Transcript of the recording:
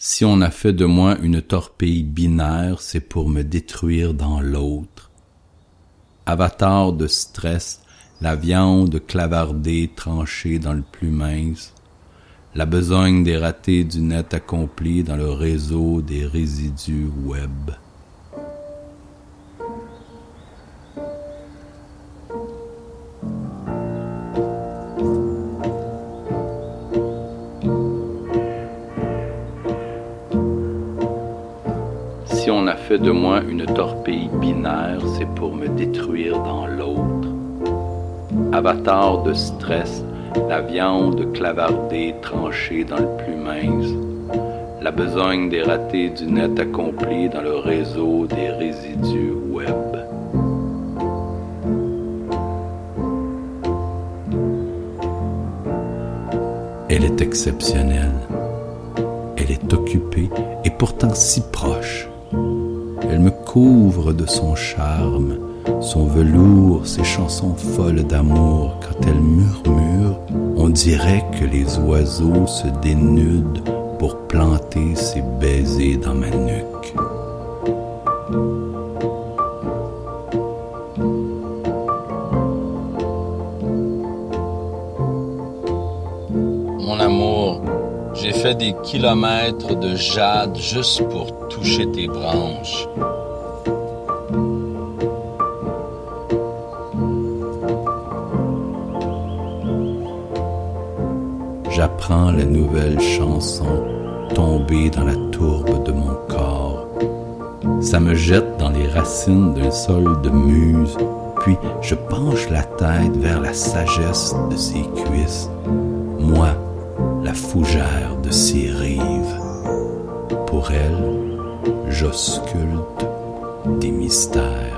Si on a fait de moi une torpille binaire, c'est pour me détruire dans l'autre. Avatar de stress, la viande clavardée tranchée dans le plus mince, la besogne des ratés du net accompli dans le réseau des résidus web. Si on a fait de moi une torpille binaire, c'est pour me détruire dans l'autre. Avatar de stress, la viande clavardée tranchée dans le plus mince, la besogne des ratés du net accompli dans le réseau des résidus web. Elle est exceptionnelle. Elle est occupée et pourtant si proche. Elle me couvre de son charme, son velours, ses chansons folles d'amour. Quand elle murmure, on dirait que les oiseaux se dénudent pour planter ses baisers dans ma nuque. Mon amour, j'ai fait des kilomètres de jade juste pour toucher tes branches. J'apprends la nouvelle chanson tombée dans la tourbe de mon corps. Ça me jette dans les racines d'un sol de muse, puis je penche la tête vers la sagesse de ses cuisses. Moi, la fougère de ses rives. Pour elle, j'ausculte des mystères.